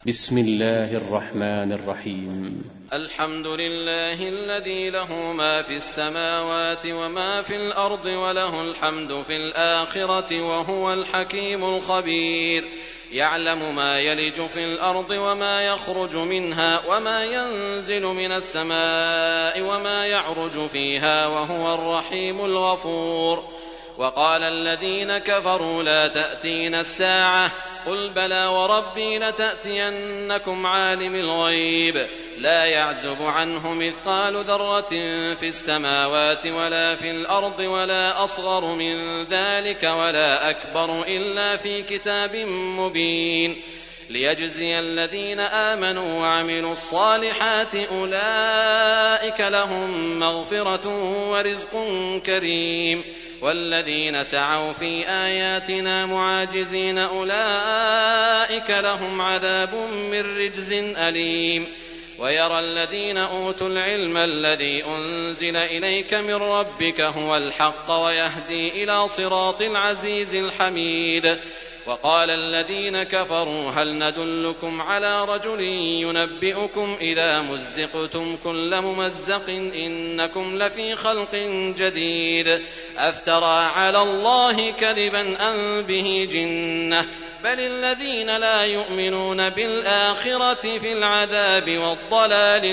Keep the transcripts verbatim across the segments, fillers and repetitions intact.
بسم الله الرحمن الرحيم. الحمد لله الذي له ما في السماوات وما في الأرض وله الحمد في الآخرة وهو الحكيم الخبير. يعلم ما يلج في الأرض وما يخرج منها وما ينزل من السماء وما يعرج فيها وهو الرحيم الغفور. وقال الذين كفروا لا تأتينا الساعة قل بلى وربي لتأتينكم عالم الغيب لا يعزب عنه مثقال ذرة في السماوات ولا في الأرض ولا أصغر من ذلك ولا أكبر إلا في كتاب مبين ليجزي الذين آمنوا وعملوا الصالحات أولئك لهم مغفرة ورزق كريم. والذين سعوا في آياتنا معاجزين أولئك لهم عذاب من رجز أليم. ويرى الذين أوتوا العلم الذي أنزل إليك من ربك هو الحق ويهدي إلى صراط العزيز الحميد. وقال الذين كفروا هل ندلكم على رجل ينبئكم إذا مزقتم كل ممزق إنكم لفي خلق جديد أفترى على الله كذبا أم به جنة بل الذين لا يؤمنون بالآخرة في العذاب والضلال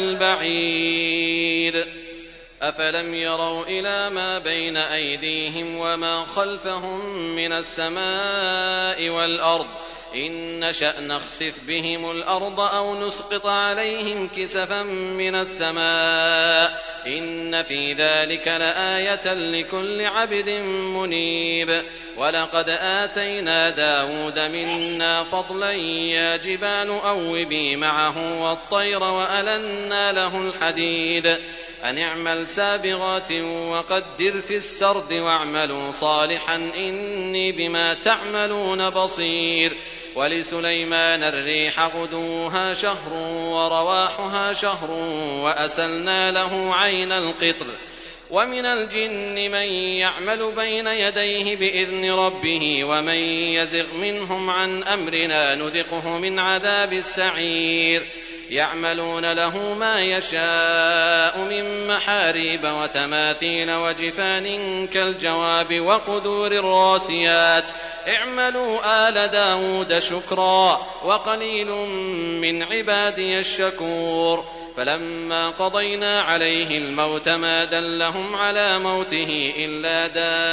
البعيد. أفلم يروا إلى ما بين أيديهم وما خلفهم من السماء والأرض إن نشأ نخسف بهم الأرض أو نسقط عليهم كسفا من السماء إن في ذلك لآية لكل عبد منيب. ولقد آتينا داود منا فضلا يا جبال أوبي معه والطير وألنا له الحديد أن اعمل سابغات وقدر في السرد واعملوا صالحا إني بما تعملون بصير. ولسليمان الريح غدوها شهر ورواحها شهر وأسلنا له عين القطر. ومن الجن من يعمل بين يديه بإذن ربه ومن يزغ منهم عن أمرنا نذقه من عذاب السعير. يعملون له ما يشاء من محاريب وتماثيل وجفان كالجواب وقدور الراسيات اعملوا آل داود شكرا وقليل من عبادي الشكور. فلما قضينا عليه الموت ما دلهم على موته إلا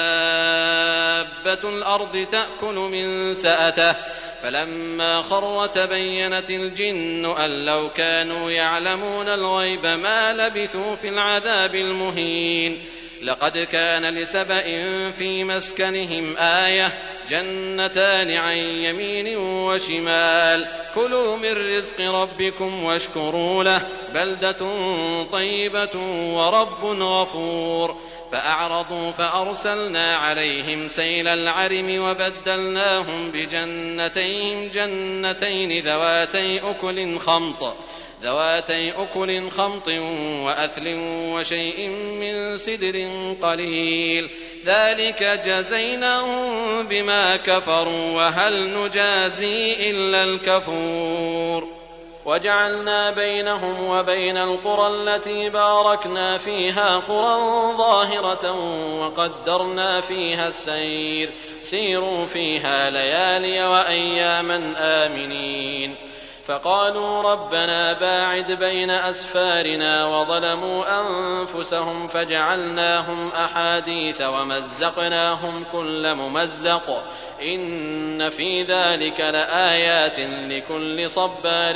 دابة الأرض تأكل من سأته فلما خر تبينت الجن أن لو كانوا يعلمون الغيب ما لبثوا في العذاب المهين. لقد كان لسبأ في مسكنهم آية جنتان عن يمين وشمال كلوا من رزق ربكم واشكروا له بلدة طيبة ورب غفور. فأعرضوا فأرسلنا عليهم سيل العرم وبدلناهم بجنتيهم جنتين ذواتي أكل خمط ذواتي أكل خمط وأثل وشيء من سدر قليل ذلك جزيناهم بما كفروا وهل نجازي إلا الكفور. وجعلنا بينهم وبين القرى التي باركنا فيها قرى ظاهرة وقدرنا فيها السير سيروا فيها ليالي وأياما آمنين. فقالوا ربنا باعد بين أسفارنا وظلموا أنفسهم فجعلناهم أحاديث ومزقناهم كل ممزق إن في ذلك لآيات لكل صبار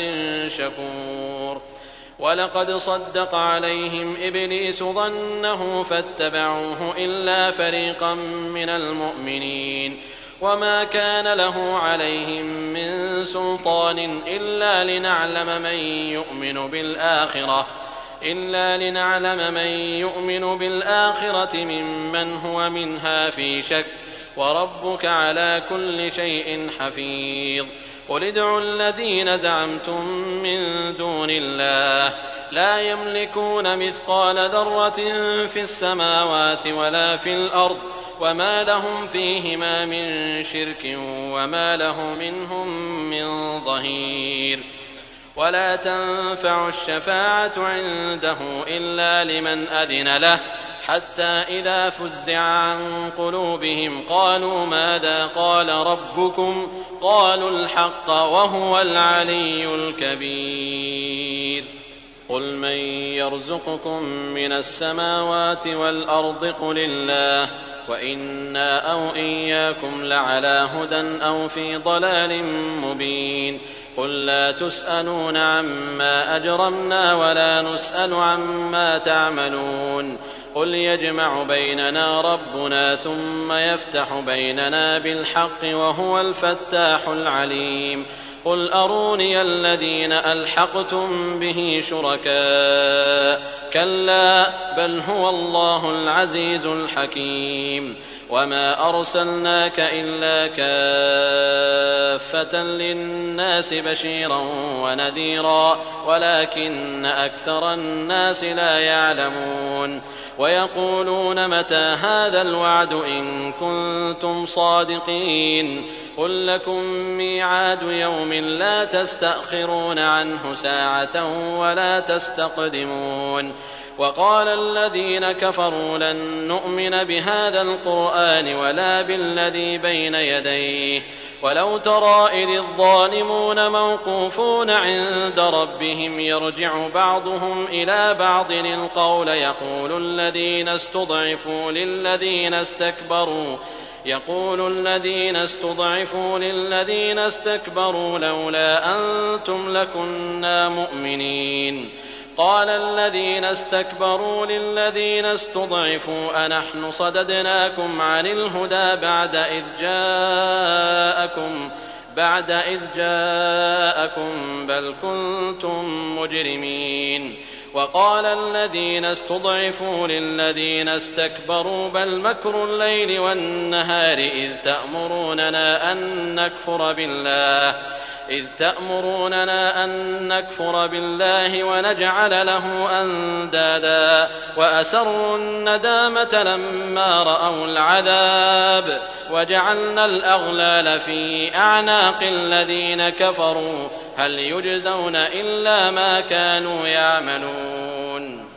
شكور. ولقد صدق عليهم إبليس ظنه فاتبعوه إلا فريقا من المؤمنين وما كان له عليهم من سلطان إلا لنعلم من يؤمن بالآخرة إلا لنعلم من يؤمن بالآخرة ممن هو منها في شك وربك على كل شيء حفيظ. قل ادعوا الذين زعمتم من دون الله لا يملكون مثقال ذرة في السماوات ولا في الأرض وما لهم فيهما من شرك وما له منهم من ظهير. ولا تنفع الشفاعة عنده إلا لمن أذن له حتى إذا فزع عن قلوبهم قالوا ماذا قال ربكم قالوا الحق وهو العلي الكبير قل من يرزقكم من السماوات والأرض قل الله وإنا أو إياكم لعلى هدى أو في ضلال مبين قل لا تسألون عما أجرمنا ولا نسأل عما تعملون قل يجمع بيننا ربنا ثم يفتح بيننا بالحق وهو الفتاح العليم قل أروني الذين ألحقتم به شركاء كلا بل هو الله العزيز الحكيم وما أرسلناك إلا كافة للناس بشيرا ونذيرا ولكن أكثر الناس لا يعلمون ويقولون متى هذا الوعد إن كنتم صادقين قل لكم ميعاد يوم لا تستأخرون عنه ساعة ولا تستقدمون وقال الذين كفروا لن نؤمن بهذا القرآن ولا بالذي بين يديه ولو ترى إذ الظالمون موقوفون عند ربهم يرجع بعضهم إلى بعض القول يقول الذين استضعفوا للذين استكبروا يقول الذين استضعفوا للذين استكبروا لولا أنتم لكنا مؤمنين قال الذين استكبروا للذين استضعفوا أنحن صددناكم عن الهدى بعد إذ جاءكم بعد إذ جاءكم بل كنتم مجرمين وقال الذين استضعفوا للذين استكبروا بل مكر الليل والنهار إذ تأمروننا أن نكفر بالله إذ تأمروننا أن نكفر بالله ونجعل له أندادا وأسروا الندامة لما رأوا العذاب وجعلنا الأغلال في أعناق الذين كفروا هل يجزون إلا ما كانوا يعملون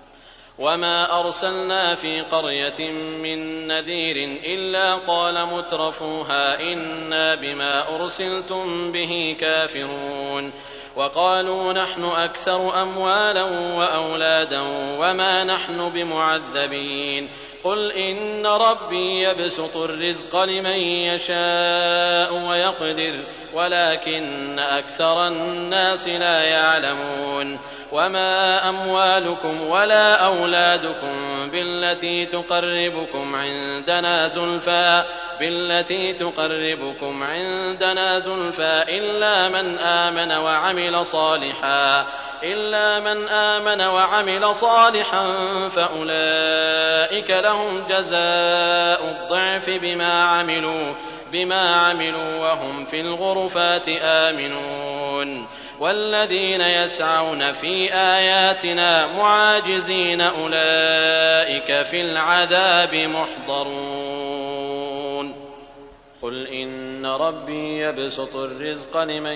وما أرسلنا في قرية من نذير إلا قال مترفوها إنا بما أرسلتم به كافرون وقالوا نحن أكثر أموالا وأولادا وما نحن بمعذبين قل إن ربي يبسط الرزق لمن يشاء ويقدر ولكن أكثر الناس لا يعلمون وما أموالكم ولا أولادكم بالتي تقربكم عندنا زلفى بالتي تقربكم عندنا زلفى إلا من آمن وعمل صالحا إلا من آمن وعمل صالحا فأولئك لهم جزاء الضعف بما عملوا بما عملوا وهم في الغرفات آمنون والذين يسعون في آياتنا معاجزين أولئك في العذاب محضرون قل إن ربي يبسط الرزق لمن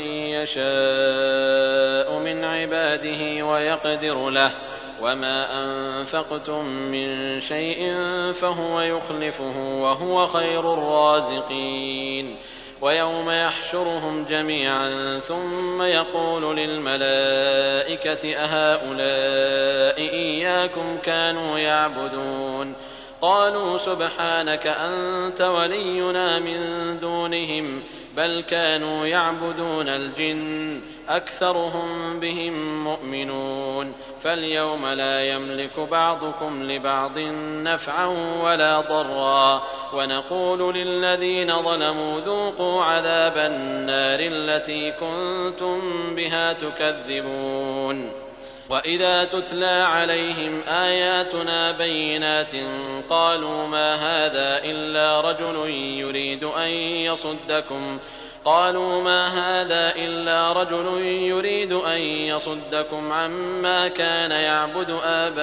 يشاء من عباده ويقدر له وما أنفقتم من شيء فهو يخلفه وهو خير الرازقين ويوم يحشرهم جميعا ثم يقول للملائكة أهؤلاء إياكم كانوا يعبدون قالوا سبحانك أنت ولينا من دونهم بل كانوا يعبدون الجن أكثرهم بهم مؤمنون فاليوم لا يملك بعضكم لبعض نفعا ولا ضرا ونقول للذين ظلموا ذوقوا عذاب النار التي كنتم بها تكذبون وإذا تتلى عليهم آياتنا بينات قالوا ما هذا إلا رجل يريد أن يصدكم قالوا ما هذا إلا رجل يريد أن يصدكم عما كان يعبد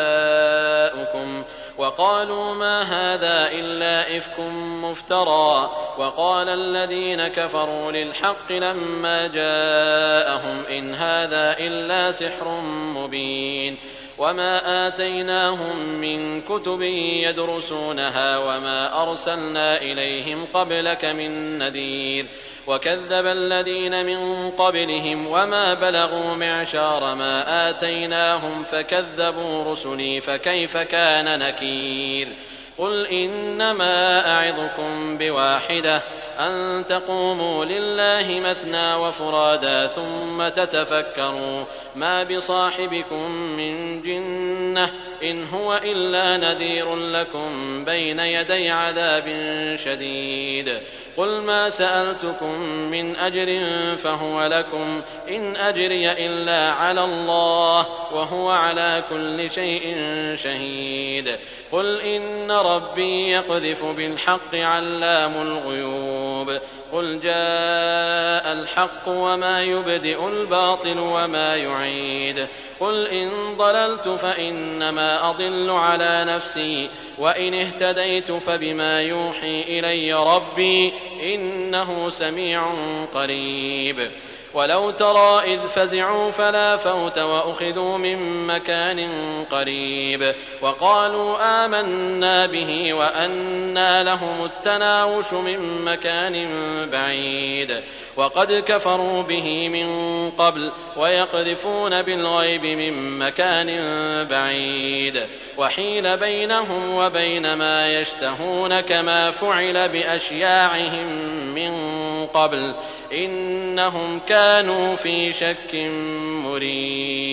آباؤكم وقالوا ما هذا إلا إفك مفترى وقال الذين كفروا للحق لما جاءهم إن هذا إلا سحر مبين وما آتيناهم من كتب يدرسونها وما أرسلنا إليهم قبلك من نذير وكذب الذين من قبلهم وما بلغوا معشار ما آتيناهم فكذبوا رسلي فكيف كان نكير قل إنما أعظكم بواحدة أن تقوموا لله مثنى وفرادا ثم تتفكروا ما بصاحبكم من جنة إن هو إلا نذير لكم بين يدي عذاب شديد قل ما سألتكم من أجر فهو لكم إن أجري إلا على الله وهو على كل شيء شهيد قل إن ربي يقذف بالحق علام الغيوب قل جاء الحق وما يبدئ الباطل وما يعيد قل إن ضللت فإنما أضل على نفسي وإن اهتديت فبما يوحي إلي ربي إنه سميع قريب ولو ترى إذ فزعوا فلا فوت وأخذوا من مكان قريب وقالوا آمنا به وأنى لهم التناوش من مكان بعيد وقد كفروا به من قبل ويقذفون بالغيب من مكان بعيد وحيل بينهم وبين ما يشتهون كما فعل بأشياعهم من قبل إنهم كانوا في شك مريب